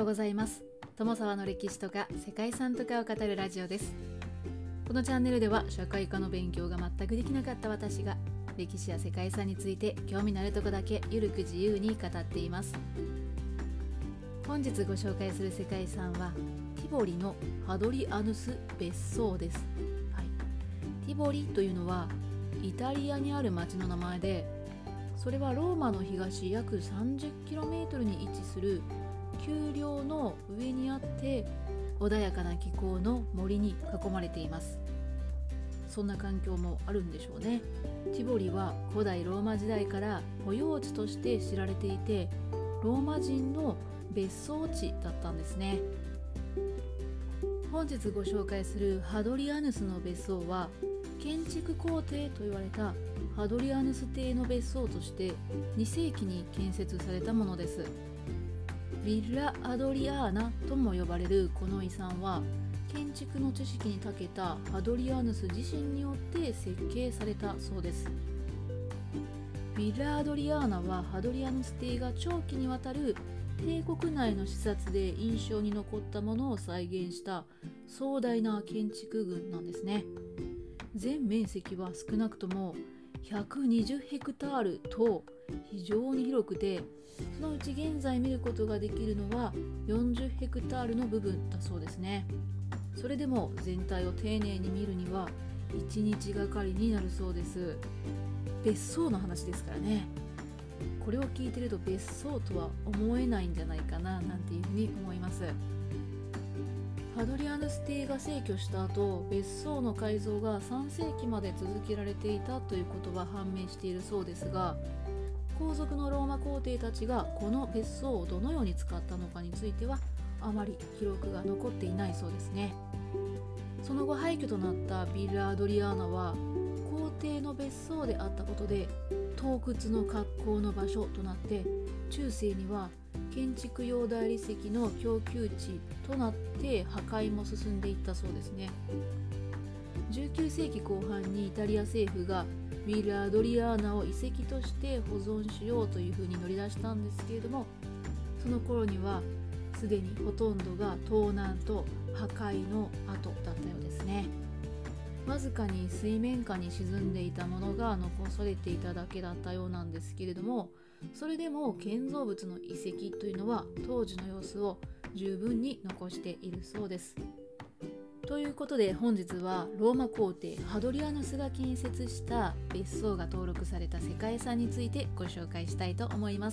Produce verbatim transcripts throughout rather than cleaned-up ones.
ございます。友沢の歴史とか世界遺産とかを語るラジオです。このチャンネルでは社会科の勉強が全くできなかった私が歴史や世界遺産について興味のあるところだけゆるく自由に語っています。本日ご紹介する世界遺産はティボリのハドリアヌス別荘です。はい、ティボリというのはイタリアにある町の名前で、それはローマの東約 さんじゅっキロメートル に位置する丘陵の上にあって穏やかな気候の森に囲まれています。そんな環境もあるんでしょうね。ティボリは古代ローマ時代から保養地として知られていて、ローマ人の別荘地だったんですね。本日ご紹介するハドリアヌスの別荘は建築工程と言われたハドリアヌス邸の別荘としてに世紀に建設されたものです。ヴィッラ・アドリアーナとも呼ばれるこの遺産は建築の知識に長けたハドリアヌス自身によって設計されたそうです。ヴィッラ・アドリアーナはハドリアヌス邸が長期にわたる帝国内の視察で印象に残ったものを再現した壮大な建築群なんですね。全面積は少なくともひゃくにじゅうヘクタールと非常に広くて、そのうち現在見ることができるのはよんじゅうヘクタールの部分だそうですね。それでも全体を丁寧に見るにはいちにちがかりになるそうです。別荘の話ですからね。これを聞いてると別荘とは思えないんじゃないかななんていうふうに思います。ハドリアヌス邸が逝去した後、別荘の改造がさん世紀まで続けられていたということは判明しているそうですが、皇族のローマ皇帝たちがこの別荘をどのように使ったのかについてはあまり記録が残っていないそうですね。その後廃墟となったヴィッラ・アドリアーナは皇帝の別荘であったことで洞窟の格好の場所となって、中世には建築用大理石の供給地となって破壊も進んでいったそうですね。じゅうきゅう世紀後半にイタリア政府がヴィッラ・アドリアーナを遺跡として保存しようというふうに乗り出したんですけれども、その頃にはすでにほとんどが盗難と破壊の跡だったようですね。わずかに水面下に沈んでいたものが残されていただけだったようなんですけれども、それでも建造物の遺跡というのは当時の様子を十分に残しているそうです。ということで本日はローマ皇帝ハドリアヌスが建設した別荘が登録された世界遺産についてご紹介したいと思います。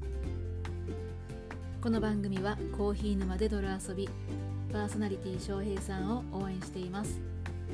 この番組はコーヒー沼で泥遊び、パーソナリティ翔平さんを応援しています。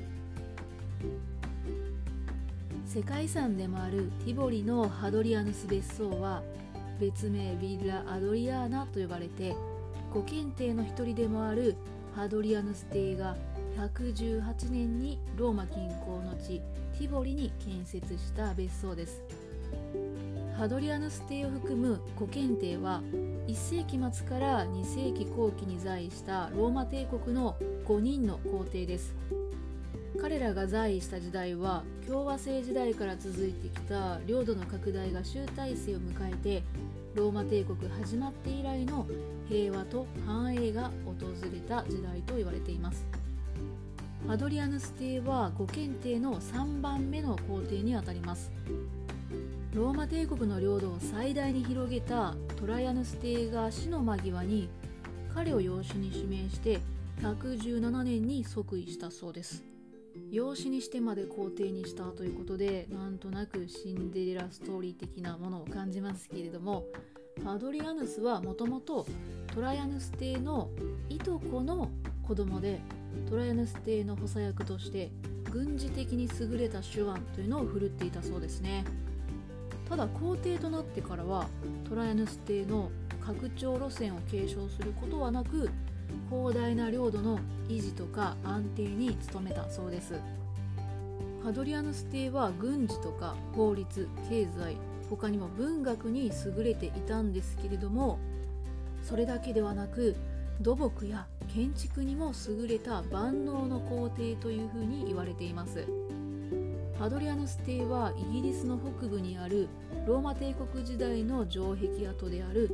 世界遺産でもあるティボリのハドリアヌス別荘は別名ヴィッラ・アドリアーナと呼ばれて、ご検定の一人でもあるハドリアヌス邸がひゃくじゅうはちねんにローマ近郊の地ティボリに建設した別荘です。ハドリアヌス邸を含むご検定はいっ世紀末からに世紀後期に在位したローマ帝国のごにんの皇帝です。彼らが在位した時代は共和制時代から続いてきた領土の拡大が集大成を迎えて、ローマ帝国始まって以来の平和と繁栄が訪れた時代と言われています。ハドリアヌス帝はご検定のさんばんめの皇帝にあたります。ローマ帝国の領土を最大に広げたトライアヌス帝が死の間際に彼を養子に指名してひゃくじゅうななねんに即位したそうです。養子にしてまで皇帝にしたということで、なんとなくシンデレラストーリー的なものを感じますけれども、ハドリアヌスはもともとトライアヌス帝のいとこの子供で、トライアヌス帝の補佐役として軍事的に優れた手腕というのを振るっていたそうですね。ただ皇帝となってからはトライアヌス帝の拡張路線を継承することはなく、広大な領土の維持とか安定に努めたそうです。ハドリアヌス帝は軍事とか法律、経済、他にも文学に優れていたんですけれども、それだけではなく土木や建築にも優れた万能の皇帝というふうに言われています。ハドリアヌス帝はイギリスの北部にあるローマ帝国時代の城壁跡である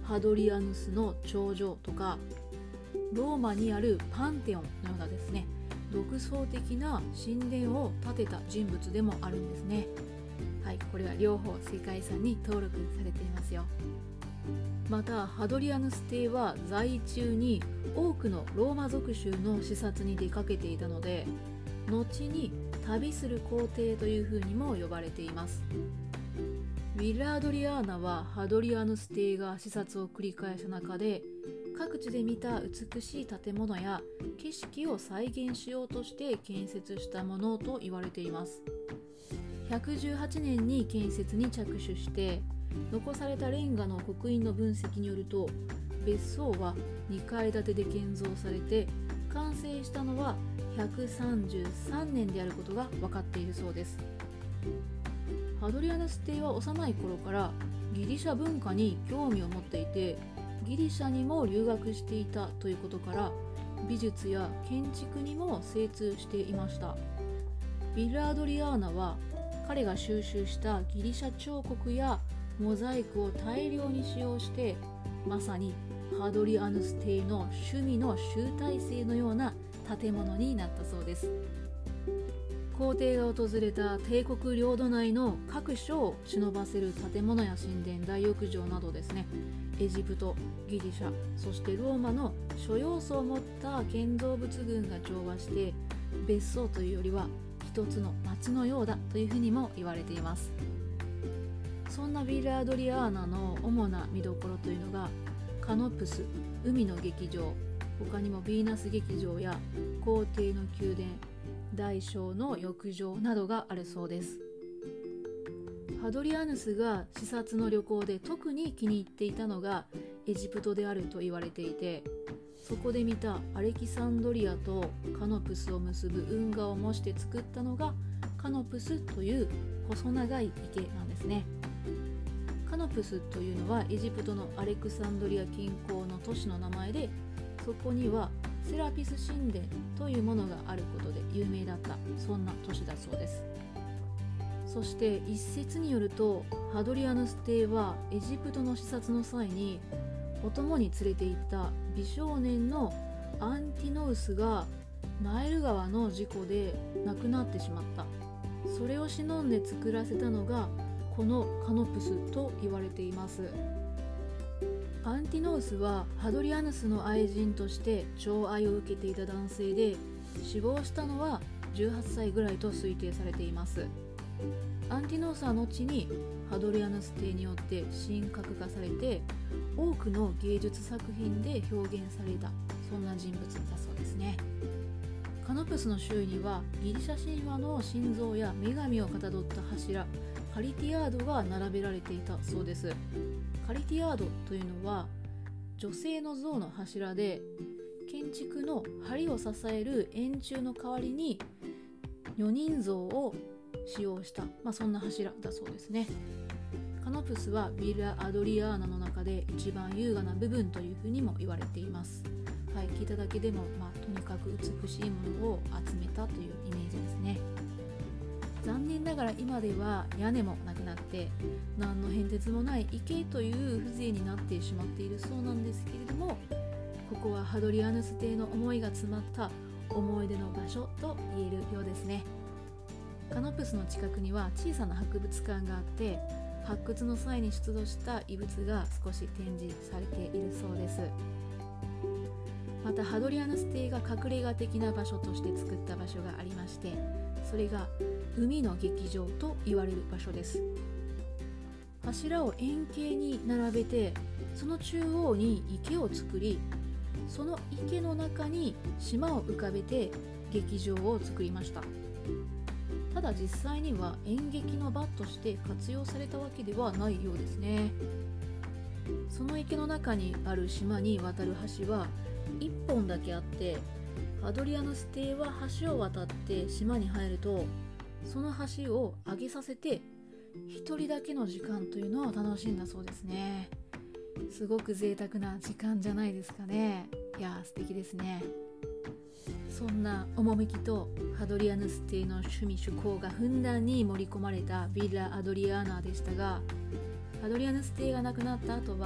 ハドリアヌスの長城とか、ローマにあるパンテオンのようなですね、独創的な神殿を建てた人物でもあるんですね。はい、これは両方世界遺産に登録されていますよ。またハドリアヌス帝は在位中に多くのローマ属州の視察に出かけていたので、後に旅する皇帝というふうにも呼ばれています。ヴィラ・アドリアーナはハドリアヌス帝が視察を繰り返した中で、各地で見た美しい建物や景色を再現しようとして建設したものと言われています。ひゃくじゅうはちねんに建設に着手して、残されたレンガの刻印の分析によると、別荘はにかい建てで建造されて、完成したのはひゃくさんじゅうさんねんであることが分かっているそうです。ハドリアヌス帝は幼い頃からギリシャ文化に興味を持っていて、ギリシャにも留学していたということから、美術や建築にも精通していました。ヴィラ・アドリアーナは彼が収集したギリシャ彫刻やモザイクを大量に使用して、まさにハドリアヌス帝の趣味の集大成のような建物になったそうです。皇帝が訪れた帝国領土内の各所を忍ばせる建物や神殿、大浴場などですね、エジプト、ギリシャ、そしてローマの諸要素を持った建造物群が調和して、別荘というよりは一つの町のようだというふうにも言われています。そんなヴィラ・アドリアーナの主な見どころというのが、カノプス、海の劇場、他にもヴィーナス劇場や皇帝の宮殿、大小の浴場などがあるそうです。ハドリアヌスが視察の旅行で特に気に入っていたのがエジプトであると言われていて、そこで見たアレキサンドリアとカノプスを結ぶ運河を模して作ったのがカノプスという細長い池なんですね。カノプスというのはエジプトのアレクサンドリア近郊の都市の名前で、そこにはセラピス神殿というものがあることで有名だった、そんな都市だそうです。そして一説によると、ハドリアヌス帝はエジプトの視察の際にお供に連れて行った美少年のアンティノウスがナイル川の事故で亡くなってしまった。それを忍んで作らせたのがこのカノプスと言われています。アンティノウスはハドリアヌスの愛人として寵愛を受けていた男性で、死亡したのはじゅうはっさいぐらいと推定されています。アンティノウスは後にハドリアヌス帝によって神格化されて、多くの芸術作品で表現された、そんな人物だそうですね。カノプスの周囲にはギリシャ神話の神像や女神をかたどった柱、カリティアードが並べられていたそうです。カリティアードというのは女性の像の柱で、建築の梁を支える円柱の代わりに女人像を使用した、まあ、そんな柱だそうですね。カノプスはヴィラ・アドリアーナの中で一番優雅な部分というふうにも言われています。はい、聞いただけでも、まあ、とにかく美しいものを集めたというイメージですね。残念ながら今では屋根もなくなって、何の変哲もない池という風情になってしまっているそうなんですけれども、ここはハドリアヌス帝の思いが詰まった思い出の場所と言えるようですね。カノプスの近くには小さな博物館があって、発掘の際に出土した遺物が少し展示されているそうです。またハドリアヌス帝が隠れ家的な場所として作った場所がありまして、それが海の劇場と言われる場所です。柱を円形に並べて、その中央に池を作り、その池の中に島を浮かべて劇場を作りました。ただ実際には演劇の場として活用されたわけではないようですね。その池の中にある島に渡る橋はいっぽんだけあって、ハドリアヌス帝は橋を渡って島に入ると、その橋を上げさせて一人だけの時間というのを楽しんだそうですね。すごく贅沢な時間じゃないですかね。いやー、素敵ですね。そんな趣とハドリアヌス帝の趣味趣向がふんだんに盛り込まれたヴィラ・アドリアーナでしたが、ハドリアヌス帝が亡くなった後は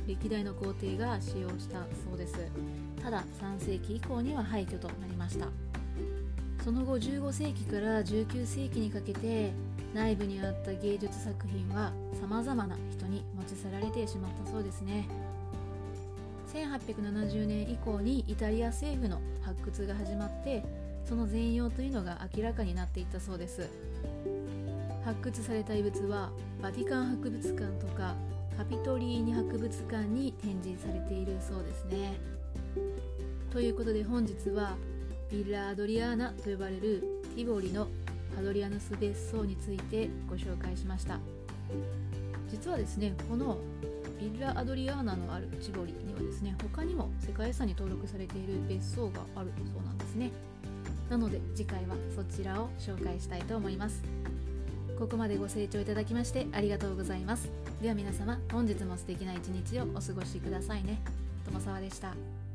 歴代の皇帝が使用したそうです。たださんせいき以降には廃墟となりました。その後じゅうごせいきからじゅうきゅうせいきにかけて内部にあった芸術作品はさまざまな人に持ち去られてしまったそうですね。せんはっぴゃくななじゅうねん以降にイタリア政府の発掘が始まって、その全容というのが明らかになっていったそうです。発掘された遺物はバティカン博物館とかカピトリーニ博物館に展示されているそうですね。ということで本日はヴィッラ・アドリアーナと呼ばれるティボリのハドリアヌス別荘についてご紹介しました。実はですね、このヴィッラ・アドリアーナのあるチボリにはですね、他にも世界遺産に登録されている別荘があるそうなんですね。なので次回はそちらを紹介したいと思います。ここまでご清聴いただきましてありがとうございます。では皆様、本日も素敵な一日をお過ごしくださいね。ともさわでした。